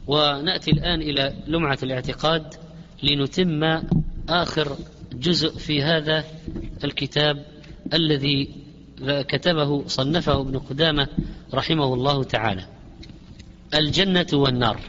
ونأتي الآن إلى لمعة الاعتقاد لنتم آخر جزء في هذا الكتاب الذي صنفه ابن قدامة رحمه الله تعالى: الجنة والنار.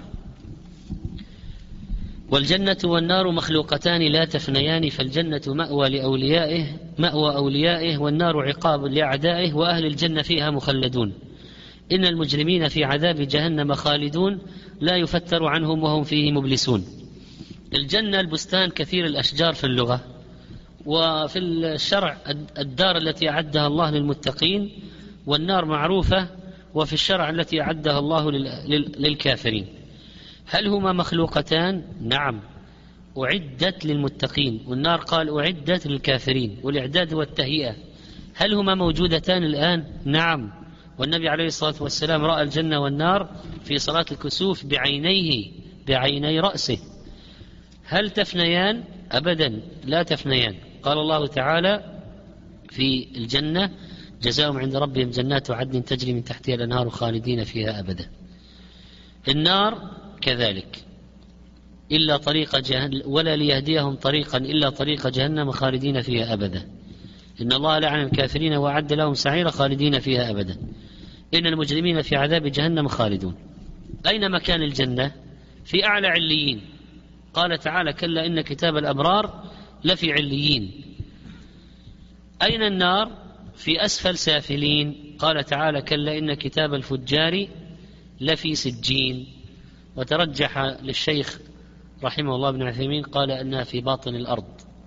والجنة والنار مخلوقتان لا تفنيان، فالجنة مأوى أوليائه والنار عقاب لأعدائه، وأهل الجنة فيها مخلدون. إن المجرمين في عذاب جهنم خالدون لا يفتر عنهم وهم فيه مبلسون. الجنة البستان كثير الأشجار في اللغة، وفي الشرع الدار التي أعدها الله للمتقين، والنار معروفة وفي الشرع التي أعدها الله للكافرين. هل هما مخلوقتان؟ نعم، أعدت للمتقين، والنار قال أعدت للكافرين، والإعداد والتهيئة. هل هما موجودتان الآن؟ نعم، والنبي عليه الصلاة والسلام رأى الجنة والنار في صلاة الكسوف بعيني رأسه. هل تفنيان؟ أبدا لا تفنيان. قال الله تعالى في الجنة: جزاؤهم عند ربهم جنات عدن تجري من تحتها الأنهار خالدين فيها أبدا. النار كذلك: إلا طريق جهنم ولا ليهديهم طريقا إلا طريق جهنم خالدين فيها أبدا. إن الله لعن الكافرين وأعد لهم سعيرا خالدين فيها أبدا. إن المجرمين في عذاب جهنم خالدون. أين مكان الجنة؟ في أعلى عليين. قال تعالى: كلا إن كتاب الأبرار لفي عليين. أين النار؟ في أسفل سافلين. قال تعالى: كلا إن كتاب الفجار لفي سجين. وترجح للشيخ رحمه الله ابن عثيمين قال أنها في باطن الأرض.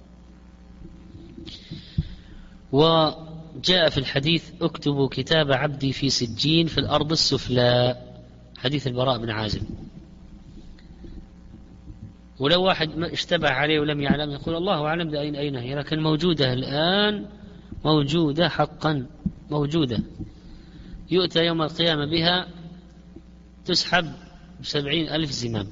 وجاء في الحديث: اكتبوا كتاب عبدي في سجين في الأرض السفلى، حديث البراء بن عازب. ولو واحد اشتبه عليه ولم يعلم يقول الله أعلم أين هي، لكن موجودة الآن، موجودة حقا، موجودة. يؤتى يوم القيامة بها تسحب 70,000 زمام.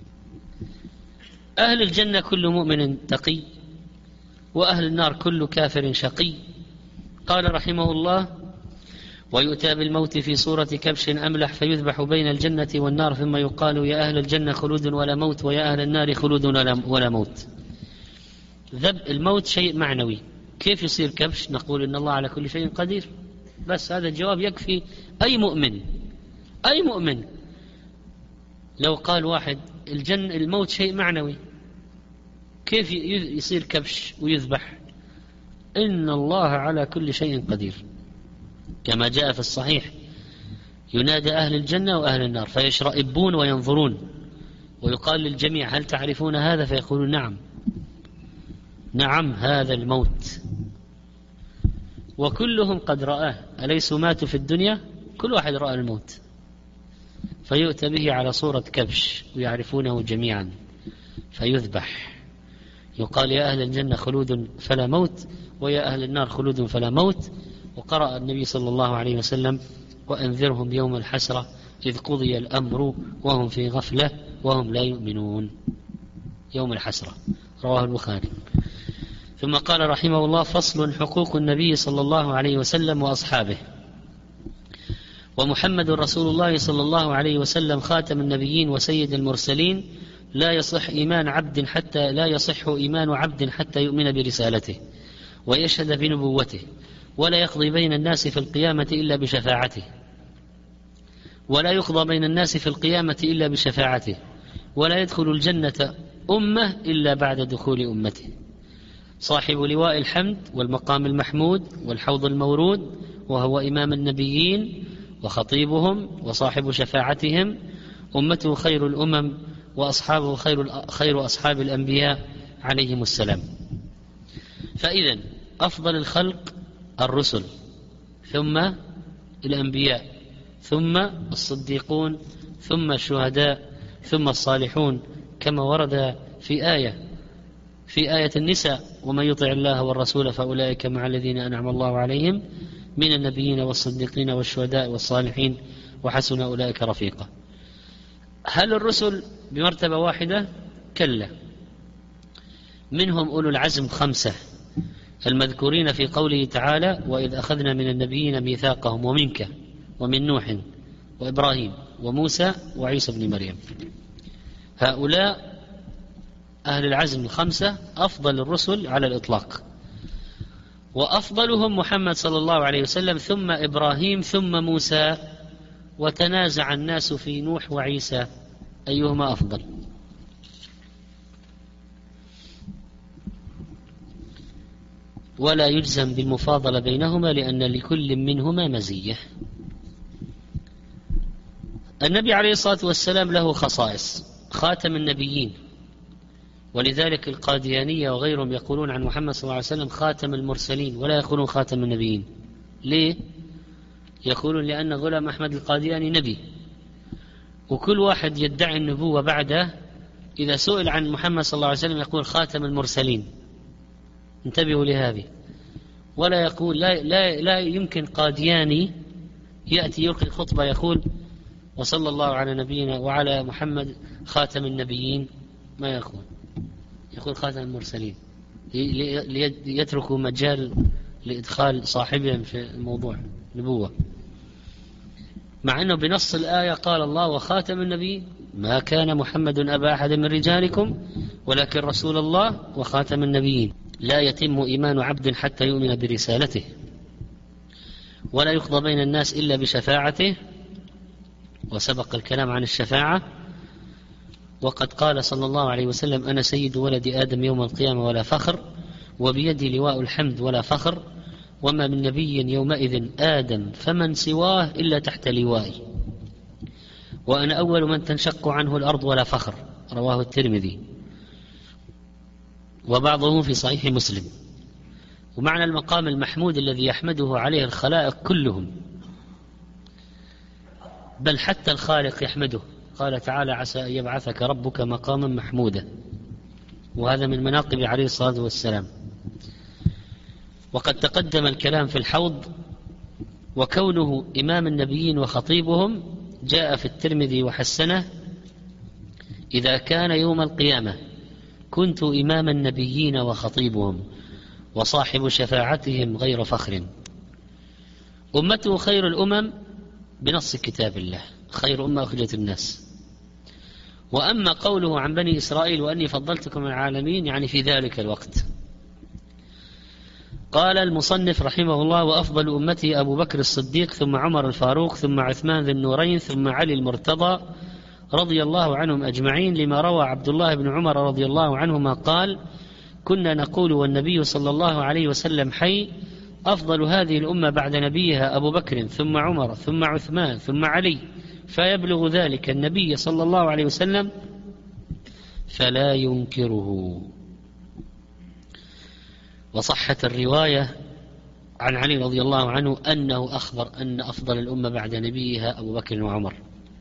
أهل الجنة كل مؤمن تقي، وأهل النار كل كافر شقي. قال رحمه الله: ويؤتى بالموت في صورة كبش أملح فيذبح بين الجنة والنار، ثم يقال: يا أهل الجنة خلود ولا موت، ويا أهل النار خلود ولا موت. الموت شيء معنوي. كيف يصير كبش؟ نقول إن الله على كل شيء قدير، بس هذا الجواب يكفي أي مؤمن. لو قال واحد الموت شيء معنوي، كيف يصير كبش ويذبح؟ إن الله على كل شيء قدير، كما جاء في الصحيح: ينادى أهل الجنة وأهل النار فيشرئبون وينظرون، ويقال للجميع: هل تعرفون هذا؟ فيقولون: نعم هذا الموت. وكلهم قد رآه، أليسوا ماتوا في الدنيا؟ كل واحد رأى الموت. فيؤتى به على صورة كبش ويعرفونه جميعا فيذبح. يقال: يا أهل الجنة خلود فلا موت، ويا أهل النار خلود فلا موت. وقرأ النبي صلى الله عليه وسلم: وأنذرهم يوم الحسرة إذ قضي الأمر وهم في غفلة وهم لا يؤمنون. يوم الحسرة، رواه البخاري. ثم قال رحمه الله: فصل: حقوق النبي صلى الله عليه وسلم وأصحابه. ومحمد رسول الله صلى الله عليه وسلم خاتم النبيين وسيد المرسلين، لا يصح إيمان عبد حتى يؤمن برسالته ويشهد بنبوته، ولا يقضي بين الناس في القيامة إلا بشفاعته، ولا يدخل الجنة أمة إلا بعد دخول أمته. صاحب لواء الحمد والمقام المحمود والحوض المورود، وهو إمام النبيين وخطيبهم وصاحب شفاعتهم، أمته خير الأمم، وأصحابه خير أصحاب الأنبياء عليهم السلام. فإذن أفضل الخلق الرسل، ثم الأنبياء، ثم الصديقون، ثم الشهداء، ثم الصالحون، كما ورد في آية النساء: ومن يطع الله والرسول فأولئك مع الذين أنعم الله عليهم من النبيين والصديقين والشهداء والصالحين وحسن أولئك رفيقا. هل الرسل بمرتبة واحدة؟ كلا، منهم أولو العزم 5 المذكورين في قوله تعالى: وإذ أخذنا من النبيين ميثاقهم ومنك ومن نوح وإبراهيم وموسى وعيسى بن مريم. هؤلاء أهل العزم الخمسة أفضل الرسل على الإطلاق، وأفضلهم محمد صلى الله عليه وسلم، ثم إبراهيم، ثم موسى، وتنازع الناس في نوح وعيسى أيهما أفضل. ولا يجزم بالمفاضلة بينهما لأن لكل منهما مزية. النبي عليه الصلاة والسلام له خصائص، خاتم النبيين، ولذلك القاديانية وغيرهم يقولون عن محمد صلى الله عليه وسلم خاتم المرسلين ولا يقولون خاتم النبيين. ليه؟ يقولون لأن غلام أحمد القادياني نبي، وكل واحد يدعي النبوة بعده إذا سئل عن محمد صلى الله عليه وسلم يقول خاتم المرسلين. انتبهوا لهذه. ولا يقول لا يمكن قادياني يأتي يلقي خطبة يقول وصلى الله على نبينا وعلى محمد خاتم النبيين، ما يقول خاتم المرسلين، ليتركوا مجال لإدخال صاحبهم في الموضوع نبوة، مع أنه بنص الآية قال الله وخاتم النبي ما كان محمد أبا أحد من رجالكم ولكن رسول الله وخاتم النبيين. لا يتم إيمان عبد حتى يؤمن برسالته، ولا يقضى بين الناس إلا بشفاعته، وسبق الكلام عن الشفاعة. وقد قال صلى الله عليه وسلم أنا سيد ولد آدم يوم القيامة ولا فخر، وبيدي لواء الحمد ولا فخر، وما من نبي يومئذ آدم فمن سواه إلا تحت لوائي، وأنا أول من تنشق عنه الأرض ولا فخر. رواه الترمذي وبعضه في صحيح مسلم. ومعنى المقام المحمود الذي يحمده عليه الخلائق كلهم، بل حتى الخالق يحمده. قال تعالى عسى أن يبعثك ربك مقاما محمودا، وهذا من مناقب عليه الصلاة والسلام. وقد تقدم الكلام في الحوض، وكونه إمام النبيين وخطيبهم جاء في الترمذي وحسنه إذا كان يوم القيامة كنت إمام النبيين وخطيبهم وصاحب شفاعتهم غير فخر. أمته خير الأمم بنص كتاب الله، خير أمة أخرجت الناس. وأما قوله عن بني إسرائيل وأني فضلتكم العالمين يعني في ذلك الوقت. قال المصنف رحمه الله وأفضل أمتي أبو بكر الصديق، ثم عمر الفاروق، ثم عثمان ذي النورين، ثم علي المرتضى رضي الله عنهم أجمعين، لما روى عبد الله بن عمر رضي الله عنهما قال كنا نقول والنبي صلى الله عليه وسلم حي أفضل هذه الأمة بعد نبيها أبو بكر، ثم عمر، ثم عثمان، ثم علي، فيبلغ ذلك النبي صلى الله عليه وسلم فلا ينكره. وصحت الرواية عن علي رضي الله عنه أنه أخبر أن أفضل الأمة بعد نبيها أبو بكر وعمر.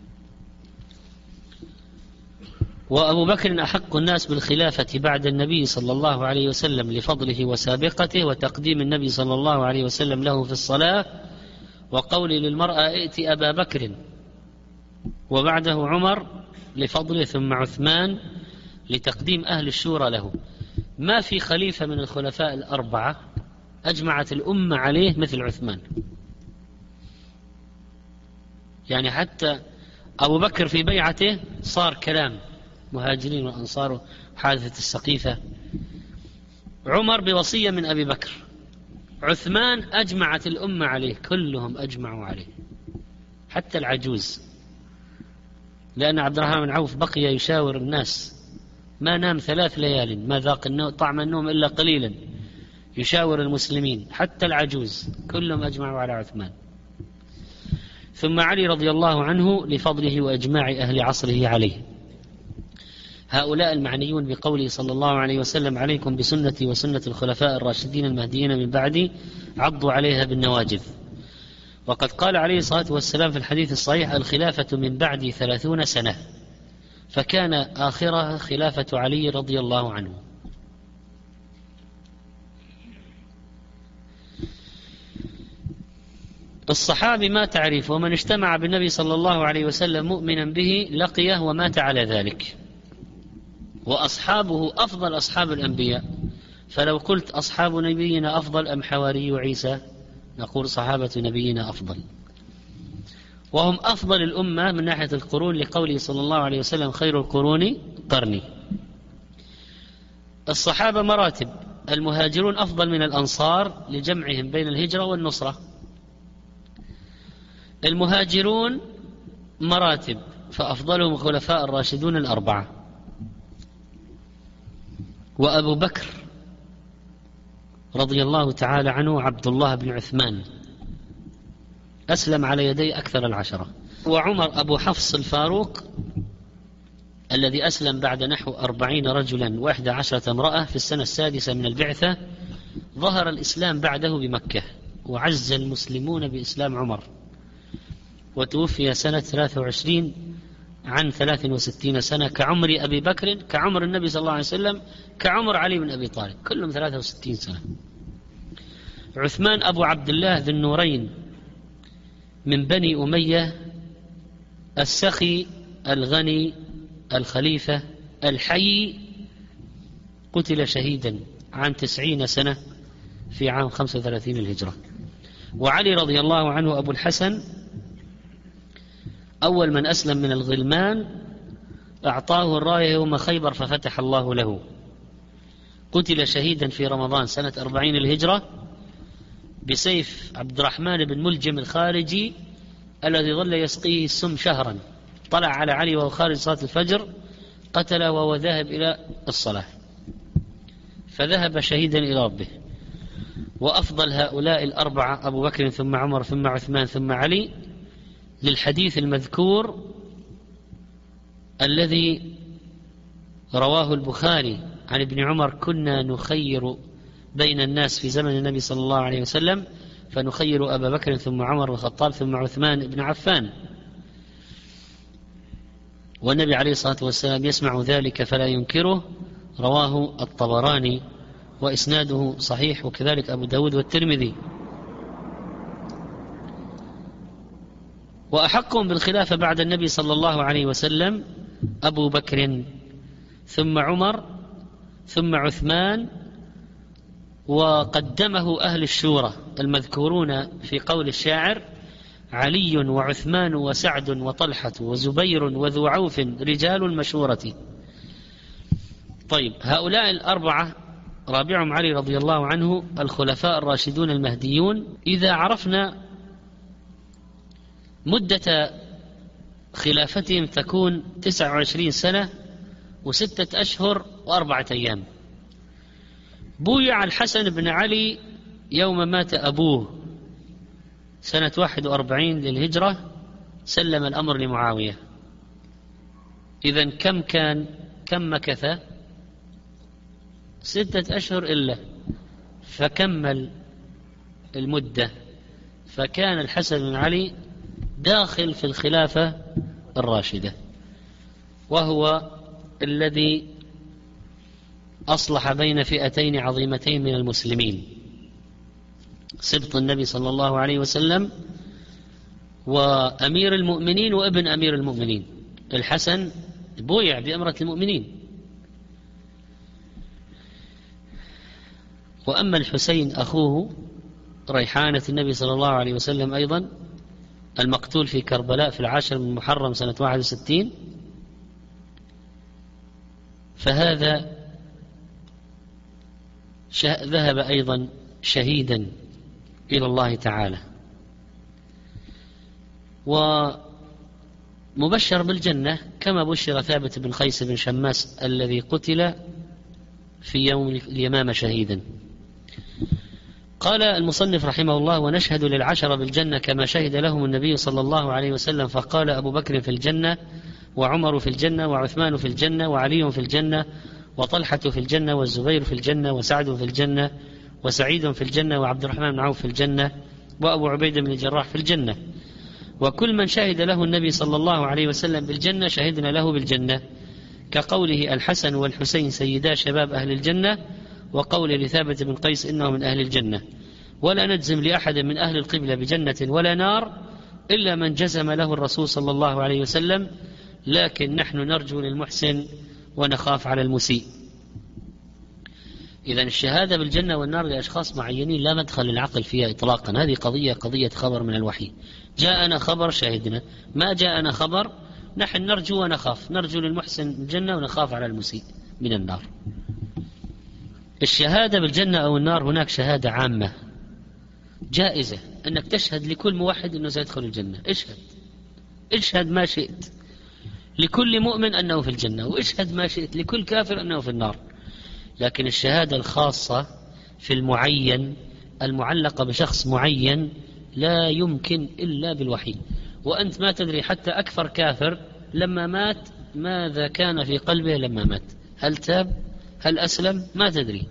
وأبو بكر أحق الناس بالخلافة بعد النبي صلى الله عليه وسلم لفضله وسابقته، وتقديم النبي صلى الله عليه وسلم له في الصلاة، وقول للمرأة ائت أبا بكر، وبعده عمر لفضله، ثم عثمان لتقديم أهل الشورى له. ما في خليفة من الخلفاء الأربعة أجمعت الأمة عليه مثل عثمان. يعني حتى أبو بكر في بيعته صار كلام مهاجرين وأنصار حادثة السقيفة، عمر بوصية من أبي بكر، عثمان أجمعت الأمة عليه، كلهم أجمعوا عليه حتى العجوز، لأن عبد الرحمن بن عوف بقي يشاور الناس، ما نام 3 ليال، ما ذاق طعم النوم إلا قليلا، يشاور المسلمين حتى العجوز، كلهم أجمعوا على عثمان. ثم علي رضي الله عنه لفضله وإجماع أهل عصره عليه. هؤلاء المعنيون بقوله صلى الله عليه وسلم عليكم بسنتي وسنة الخلفاء الراشدين المهديين من بعدي عضوا عليها بالنواجذ. وقد قال عليه الصلاة والسلام في الحديث الصحيح الخلافة من بعدي 30 سنة، فكان آخرها خلافة علي رضي الله عنه. الصحابي ما تعرف، ومن اجتمع بالنبي صلى الله عليه وسلم مؤمنا به لقيه ومات على ذلك. وأصحابه أفضل أصحاب الأنبياء، فلو قلت أصحاب نبينا أفضل أم حواري عيسى، نقول صحابة نبينا أفضل. وهم أفضل الأمة من ناحية القرون لقوله صلى الله عليه وسلم خير القرون قرني. الصحابة مراتب، المهاجرون أفضل من الأنصار لجمعهم بين الهجرة والنصرة. المهاجرون مراتب، فأفضلهم الخلفاء الراشدون الأربعة. وأبو بكر رضي الله تعالى عنه عبد الله بن عثمان أسلم على يدي أكثر العشرة. وعمر أبو حفص الفاروق الذي أسلم بعد نحو 40 رجلا و11 امرأة في السنة السادسة من البعثة. ظهر الإسلام بعده بمكة، وعز المسلمون بإسلام عمر، وتوفي سنة 23 عن 63 سنة، كعمر أبي بكر، كعمر النبي صلى الله عليه وسلم، كعمر علي بن أبي طالب، كلهم 63 سنة. عثمان أبو عبد الله ذي النورين من بني أمية، السخي الغني الخليفة الحي، قتل شهيدا عن 90 سنة في عام 35 الهجرة. وعلي رضي الله عنه أبو الحسن أول من أسلم من الغلمان، أعطاه الراية يوم خيبر ففتح الله له، قتل شهيدا في رمضان سنة 40 الهجرة بسيف عبد الرحمن بن ملجم الخارجي الذي ظل يسقيه السم شهرا. طلع على علي وهو خارج صلاة الفجر، قتله وهو ذاهب إلى الصلاة، فذهب شهيدا إلى ربه. وأفضل هؤلاء الأربعة أبو بكر ثم عمر ثم عثمان ثم علي، للحديث المذكور الذي رواه البخاري عن ابن عمر: كنا نخير بين الناس في زمن النبي صلى الله عليه وسلم، فنخير أبا بكر ثم عمر بن الخطاب ثم عثمان بن عفان، والنبي عليه الصلاة والسلام يسمع ذلك فلا ينكره. رواه الطبراني وإسناده صحيح، وكذلك أبو داود والترمذي. وأحقهم بالخلافة بعد النبي صلى الله عليه وسلم أبو بكر ثم عمر ثم عثمان، وقدمه أهل الشورى المذكورون في قول الشاعر: علي وعثمان وسعد وطلحة وزبير وذو عوف رجال المشورة. طيب، هؤلاء الأربعة رابعهم علي رضي الله عنه الخلفاء الراشدون المهديون. إذا عرفنا مدة خلافتهم تكون 29 سنة و6 أشهر و4 أيام. بويع الحسن بن علي يوم مات أبوه سنة 41 للهجرة، سلم الأمر لمعاوية. إذن كم مكث؟ 6 أشهر إلا، فكمل المدة، فكان الحسن بن علي داخل في الخلافة الراشدة، وهو الذي أصلح بين فئتين عظيمتين من المسلمين: سبط النبي صلى الله عليه وسلم وأمير المؤمنين وابن أمير المؤمنين. الحسن بويع بأمرة المؤمنين. وأما الحسين أخوه ريحانة النبي صلى الله عليه وسلم أيضا، المقتول في كربلاء في 10 من محرم سنة 61، فهذا ذهب أيضا شهيدا إلى الله تعالى، ومبشر بالجنة كما بشر ثابت بن قيس بن شماس الذي قتل في يوم اليمامة شهيدا. قال المصنف رحمه الله: ونشهد للعشرة بالجنة كما شهد لهم النبي صلى الله عليه وسلم، فقال: أبو بكر في الجنة، وعمر في الجنة، وعثمان في الجنة، وعلي في الجنة، وطلحة في الجنة، والزبير في الجنة، وسعد في الجنة، وسعيد في الجنة، وعبد الرحمن بن عوف في الجنة، وأبو عبيدة بن الجراح في الجنة. وكل من شهد له النبي صلى الله عليه وسلم بالجنة شهدنا له بالجنة، كقوله: الحسن والحسين سيدا شباب أهل الجنة، وقول لثابت بن قيس: إنه من أهل الجنة. ولا نجزم لأحد من أهل القبلة بجنة ولا نار إلا من جزم له الرسول صلى الله عليه وسلم، لكن نحن نرجو للمحسن ونخاف على المسيء. إذن الشهادة بالجنة والنار لأشخاص معينين لا مدخل للعقل فيها إطلاقا. هذه قضية خبر من الوحي. جاءنا خبر شهدنا، ما جاءنا خبر نحن نرجو ونخاف، نرجو للمحسن الجنة ونخاف على المسيء من النار. الشهادة بالجنة أو النار هناك شهادة عامة جائزة، أنك تشهد لكل موحد أنه سيدخل الجنة. اشهد ما شئت لكل مؤمن أنه في الجنة، واشهد ما شئت لكل كافر أنه في النار. لكن الشهادة الخاصة في المعين المعلقة بشخص معين لا يمكن إلا بالوحي. وأنت ما تدري حتى أكثر كافر لما مات ماذا كان في قلبه لما مات، هل تاب هل أسلم ما تدري،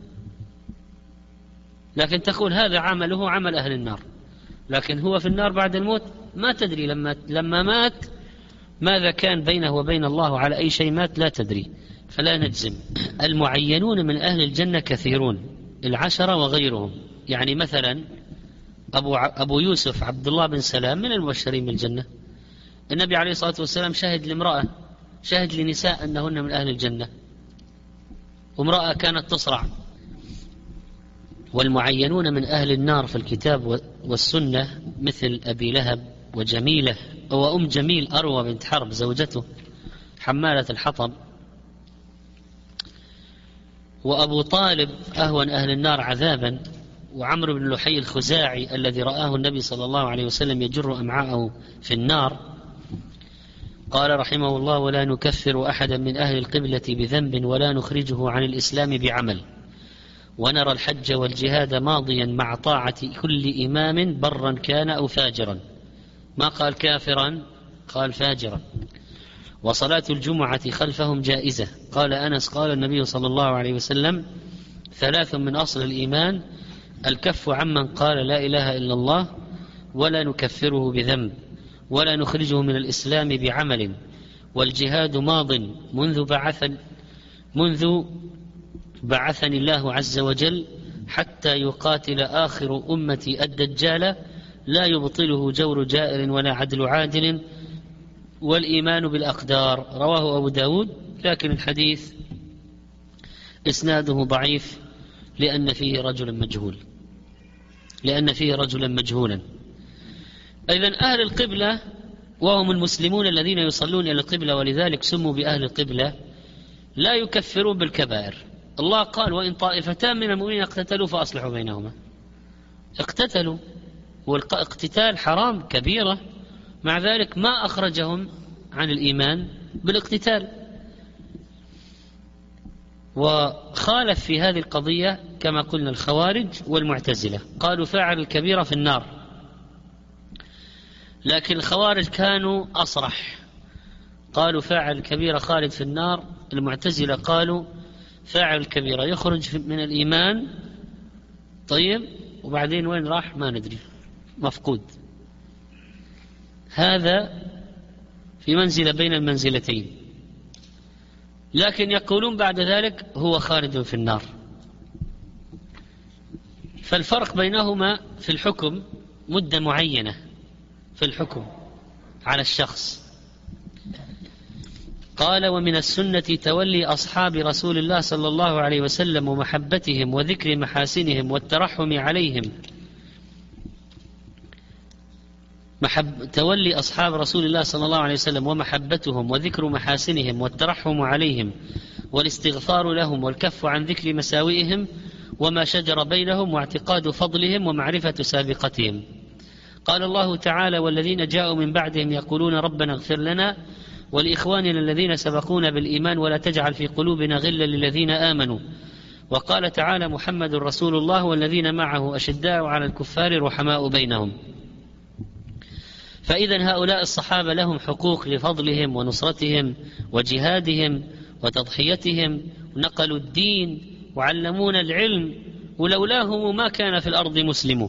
لكن تقول هذا عمله عمل أهل النار، لكن هو في النار بعد الموت ما تدري لما مات ماذا كان بينه وبين الله، على أي شيء مات لا تدري، فلا نجزم. المعينون من أهل الجنة كثيرون، 10 وغيرهم. يعني مثلا أبو يوسف عبد الله بن سلام من المبشرين بالجنة. النبي عليه الصلاة والسلام شهد لامرأة، شهد لنساء أنهن من أهل الجنة، وامرأة كانت تصرع. والمعينون من أهل النار في الكتاب والسنة مثل أبي لهب وجميلة وأم جميل أروى بنت حرب زوجته حمالة الحطب، وأبو طالب أهون أهل النار عذابا، وعمرو بن لحي الخزاعي الذي رآه النبي صلى الله عليه وسلم يجر أمعاءه في النار. قال رحمه الله: ولا نكفر أحدا من أهل القبلة بذنب ولا نخرجه عن الإسلام بعمل، ونرى الحج والجهاد ماضيا مع طاعة كل إمام برا كان أو فاجرا. ما قال كافرا، قال فاجرا. وصلاة الجمعة خلفهم جائزة. قال أنس: قال النبي صلى الله عليه وسلم: 3 من أصل الإيمان الكف عمن قال لا إله إلا الله ولا نكفره بذنب ولا نخرجه من الإسلام بعمل، والجهاد ماض منذ بعثني الله عز وجل حتى يقاتل آخر أمتي الدجال لا يبطله جور جائر ولا عدل عادل، والإيمان بالأقدار. رواه أبو داود، لكن الحديث إسناده ضعيف لأن فيه رجلا مجهولا. إذن أهل القبلة وهم المسلمون الذين يصلون إلى القبلة، ولذلك سموا بأهل القبلة، لا يكفرون بالكبائر. الله قال: وإن طائفتان من المؤمنين اقتتلوا فأصلحوا بينهما. اقتتلوا، والاقتتال حرام كبيرة، مع ذلك ما أخرجهم عن الإيمان بالاقتتال. وخالف في هذه القضية كما قلنا الخوارج والمعتزلة، قالوا فاعل الكبيرة في النار، لكن الخوارج كانوا أصرح، قالوا فاعل الكبيرة خالد في النار. المعتزلة قالوا فاعل الكبيرة يخرج من الإيمان، طيب وبعدين وين راح ما ندري، مفقود. هذا في منزلة بين المنزلتين، لكن يقولون بعد ذلك هو خالد في النار. فالفرق بينهما في الحكم مدة معينة في الحكم على الشخص. قال: ومن السنة تولي أصحاب رسول الله صلى الله عليه وسلم ومحبتهم وذكر محاسنهم والترحم عليهم. تولي أصحاب رسول الله صلى الله عليه وسلم ومحبتهم وذكر محاسنهم والترحم عليهم والاستغفار لهم والكف عن ذكر مساوئهم وما شجر بينهم واعتقاد فضلهم ومعرفة سابقتهم. قال الله تعالى: والذين جاءوا من بعدهم يقولون ربنا اغفر لنا ولإخواننا الذين سبقونا بالإيمان ولا تجعل في قلوبنا غلا للذين آمنوا. وقال تعالى: محمد رسول الله والذين معه أشداء على الكفار رحماء بينهم. فإذا هؤلاء الصحابة لهم حقوق لفضلهم ونصرتهم وجهادهم وتضحيتهم، ونقلوا الدين وعلمونا العلم، ولولاهم ما كان في الأرض مسلم.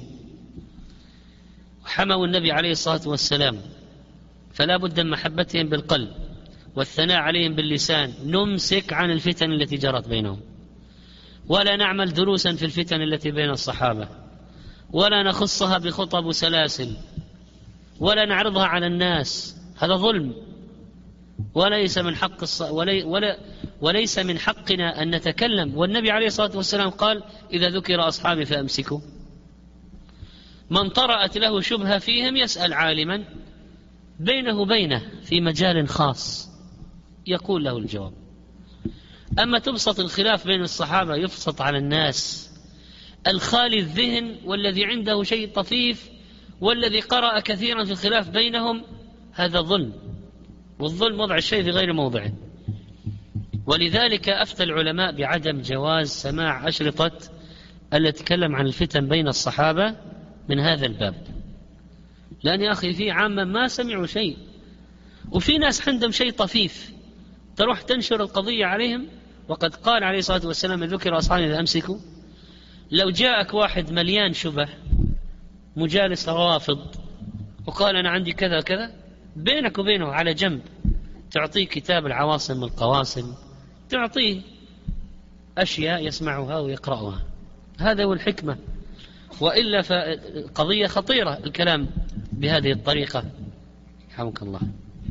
وحموا النبي عليه الصلاة والسلام، فلا بد من محبتهم بالقلب والثناء عليهم باللسان. نمسك عن الفتن التي جرت بينهم، ولا نعمل دروسا في الفتن التي بين الصحابة، ولا نخصها بخطب وسلاسل، ولا نعرضها على الناس، هذا ظلم وليس من حق وليس من حقنا أن نتكلم. والنبي عليه الصلاة والسلام قال: إذا ذكر أصحابي فأمسكوا. من طرأت له شبهة فيهم يسأل عالما بينه وبينه في مجال خاص يقول له الجواب. أما تبسط الخلاف بين الصحابة يبسط على الناس الخالي الذهن والذي عنده شيء طفيف والذي قرأ كثيرا في الخلاف بينهم، هذا ظلم، والظلم وضع الشيء في غير موضعه. ولذلك أفتى العلماء بعدم جواز سماع أشرطة التي تتكلم عن الفتن بين الصحابة من هذا الباب، لأن يا أخي في عامة ما سمعوا شيء، وفي ناس عندهم شيء طفيف تروح تنشر القضية عليهم. وقد قال عليه الصلاة والسلام: ذكر أصحابي فأمسكوا. لو جاءك واحد مليان شبه مجالس روافض وقال أنا عندي كذا كذا، بينك وبينه على جنب تعطيه كتاب العواصم من القواسم، تعطيه أشياء يسمعها ويقرأها، هذا هو الحكمة. وإلا فقضية خطيرة الكلام بهذه الطريقة، رحمك الله.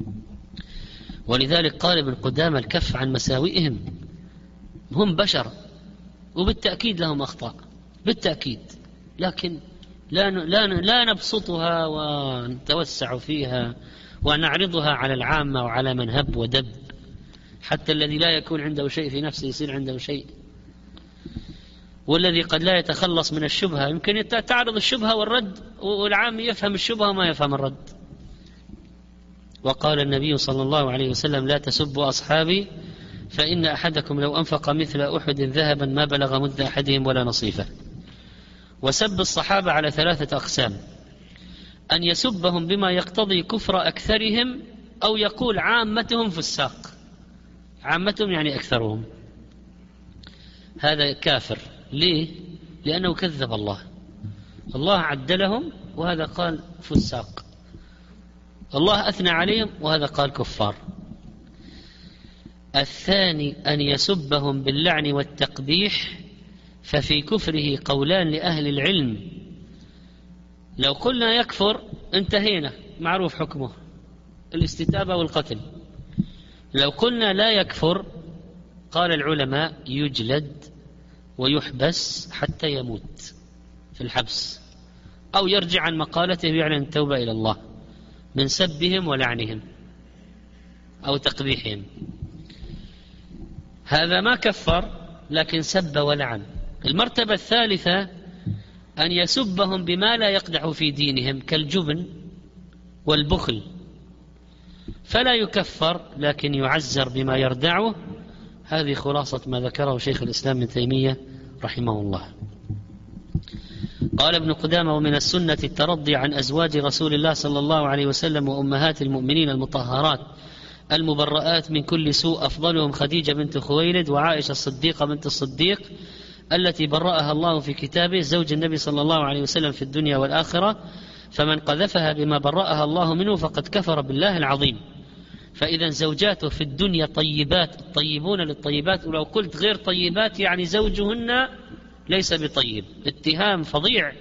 ولذلك قال ابن قدامة: الكف عن مساوئهم، هم بشر وبالتأكيد لهم أخطاء بالتأكيد، لكن لا نبسطها ونتوسع فيها ونعرضها على العامة وعلى من هب ودب، حتى الذي لا يكون عنده شيء في نفسه يصير عنده شيء، والذي قد لا يتخلص من الشبهة يمكن تعرض الشبهة والرد والعام يفهم الشبهة وما يفهم الرد. وقال النبي صلى الله عليه وسلم: لا تسبوا أصحابي فإن أحدكم لو أنفق مثل أحد ذهبا ما بلغ مد أحدهم ولا نصيفه. وسب الصحابة على 3 أقسام: أن يسبهم بما يقتضي كفر أكثرهم، أو يقول عامتهم فساق، عامتهم يعني أكثرهم، هذا كافر. ليه؟ لأنه كذب الله عدلهم وهذا قال فساق، الله أثنى عليهم وهذا قال كفار. الثاني أن يسبهم باللعن والتقبيح، ففي كفره قولان لأهل العلم. لو قلنا يكفر انتهينا، معروف حكمه الاستتابة والقتل. لو قلنا لا يكفر قال العلماء يجلد ويحبس حتى يموت في الحبس، أو يرجع عن مقالته ويعلن التوبة إلى الله من سبهم ولعنهم أو تقبيحهم. هذا ما كفر لكن سب ولعن. المرتبة الثالثة أن يسبهم بما لا يقدح في دينهم كالجبن والبخل، فلا يكفر لكن يعزر بما يردعه. هذه خلاصة ما ذكره شيخ الإسلام ابن تيمية رحمه الله. قال ابن قدامة: ومن السنة الترضي عن أزواج رسول الله صلى الله عليه وسلم وأمهات المؤمنين المطهرات المبرآت من كل سوء، أفضلهم خديجة بنت خويلد وعائشة الصديقة بنت الصديق التي برأها الله في كتابه، زوج النبي صلى الله عليه وسلم في الدنيا والآخرة، فمن قذفها بما برأها الله منه فقد كفر بالله العظيم. فإذا زوجاته في الدنيا طيبات، الطيبون للطيبات، ولو قلت غير طيبات يعني زوجهن ليس بطيب، اتهام فظيع.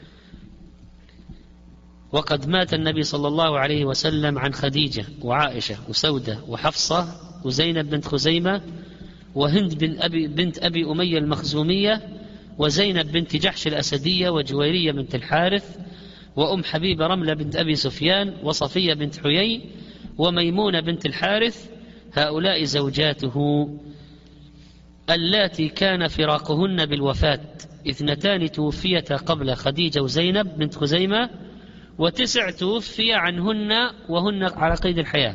وقد مات النبي صلى الله عليه وسلم عن خديجة وعائشة وسودة وحفصة وزينب بنت خزيمة وهند بنت أبي أمية المخزومية وزينب بنت جحش الأسدية وجويرية بنت الحارث وأم حبيبة رملة بنت أبي سفيان وصفية بنت حيي وميمونة بنت الحارث. هؤلاء زوجاته اللاتي كان فراقهن بالوفاة 2 توفيتا قبل خديجة وزينب بنت خزيمة، و9 توفي عنهن وهن على قيد الحياة.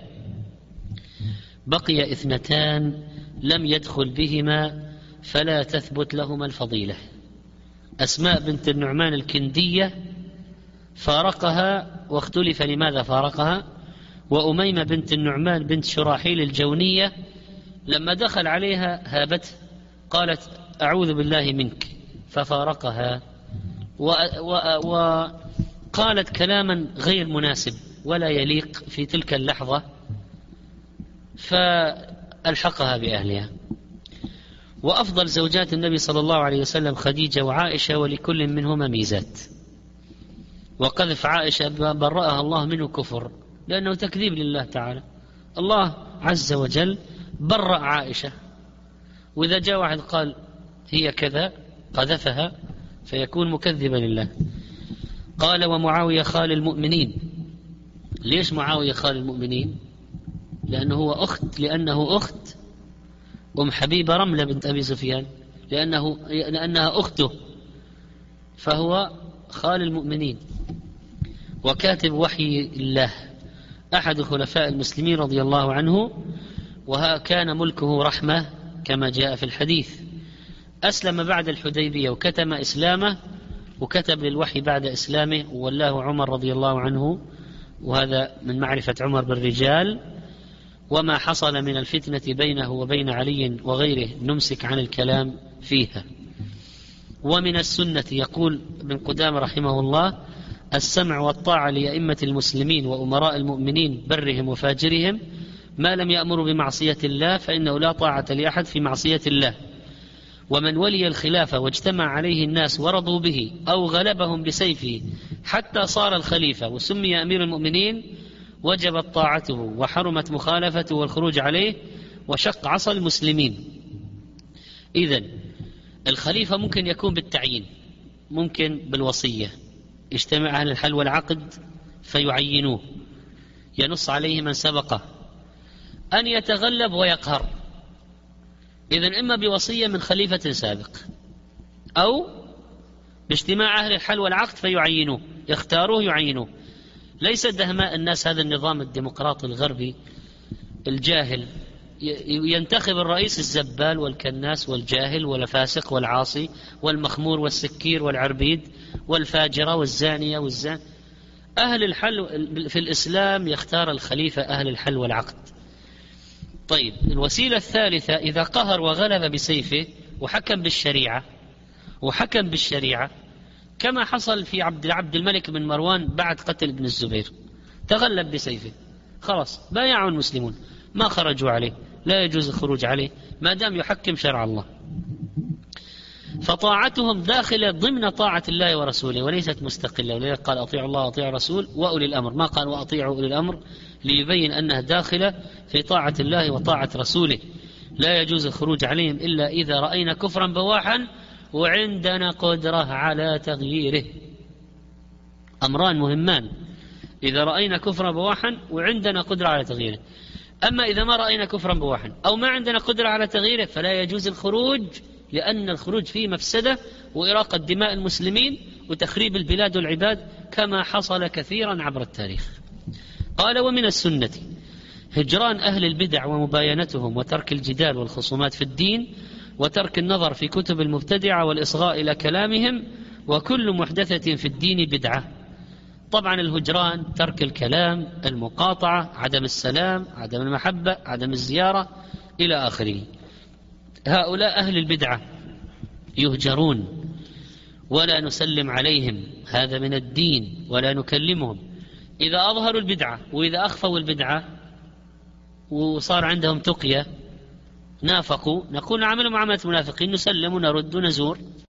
بقي 2 لم يدخل بهما فلا تثبت لهما الفضيلة: أسماء بنت النعمان الكندية فارقها واختلف لماذا فارقها، وأميمة بنت النعمان بنت شراحيل الجونية لما دخل عليها هابته قالت أعوذ بالله منك ففارقها، وقالت كلاما غير مناسب ولا يليق في تلك اللحظة فألحقها بأهلها. وأفضل زوجات النبي صلى الله عليه وسلم خديجة وعائشة، ولكل منهما ميزات. وقذف عائشة برأها الله منه كفر لأنه تكذيب لله تعالى. الله عز وجل برأ عائشة وإذا جاء واحد قال هي كذا قذفها فيكون مكذبا لله. قال ومعاوية خال المؤمنين. ليش معاوية خال المؤمنين؟ لأنه أخت أم حبيبة رملة بنت أبي سفيان، لأنها أخته، فهو خال المؤمنين وكاتب وحي الله، أحد خلفاء المسلمين رضي الله عنه، وكان ملكه رحمة كما جاء في الحديث. أسلم بعد الحديبية وكتم إسلامه وكتب للوحي بعد إسلامه، وولاه عمر رضي الله عنه، وهذا من معرفة عمر بالرجال. وما حصل من الفتنة بينه وبين علي وغيره نمسك عن الكلام فيها. ومن السنة يقول ابن قدامة رحمه الله: السمع والطاعة لأئمة المسلمين وأمراء المؤمنين برهم وفاجرهم ما لم يأمروا بمعصية الله، فإنه لا طاعة لأحد في معصية الله. ومن ولي الخلافة واجتمع عليه الناس ورضوا به أو غلبهم بسيفه حتى صار الخليفة وسمي أمير المؤمنين وجبت طاعته وحرمت مخالفته والخروج عليه وشق عصا المسلمين. إذن الخليفة ممكن يكون بالتعيين، ممكن بالوصية، اجتمع أهل الحل والعقد فيعينوه، ينص عليه من سبقه، أن يتغلب ويقهر. إذن إما بوصية من خليفة سابق أو باجتماع أهل الحل والعقد فيعينوه، يختاروه يعينوه. ليس دهماء الناس هذا النظام الديمقراطي الغربي الجاهل، ينتخب الرئيس الزبال والكناس والجاهل والفاسق والعاصي والمخمور والسكير والعربيد والفاجرة والزانية والزان. أهل الحل في الإسلام يختار الخليفة أهل الحل والعقد. طيب الوسيلة الثالثة إذا قهر وغلب بسيفه وحكم بالشريعة كما حصل في عبد الملك بن مروان بعد قتل ابن الزبير، تغلب بسيفه، خلاص بايعوا المسلمون، ما خرجوا عليه، لا يجوز الخروج عليه ما دام يحكم شرع الله. فطاعتهم داخلة ضمن طاعة الله ورسوله وليست مستقلة، ولذلك قال أطيعوا الله وأطيعوا الرسول وأولي الأمر، ما قال وأطيعوا أولي الأمر، ليبين أنها داخلة في طاعة الله وطاعة رسوله. لا يجوز الخروج عليهم إلا إذا رأينا كفرا بواحا وعندنا قدرة على تغييره. أمران مهمان: إذا رأينا كفرا بواحا وعندنا قدرة على تغييره. أما إذا ما رأينا كفرا بواحا أو ما عندنا قدرة على تغييره فلا يجوز الخروج، لأن الخروج فيه مفسدة وإراقة دماء المسلمين وتخريب البلاد والعباد كما حصل كثيرا عبر التاريخ. قال ومن السنة هجران أهل البدع ومباينتهم وترك الجدال والخصومات في الدين وترك النظر في كتب المبتدعة والإصغاء إلى كلامهم، وكل محدثة في الدين بدعة. طبعا الهجران ترك الكلام، المقاطعة، عدم السلام، عدم المحبة، عدم الزيارة إلى آخره. هؤلاء أهل البدعة يهجرون ولا نسلم عليهم، هذا من الدين، ولا نكلمهم. إذا أظهروا البدعة وإذا أخفوا البدعة وصار عندهم تقية نافقوا، نقول نعمل معاملة المنافقين، نسلم ونرد ونزور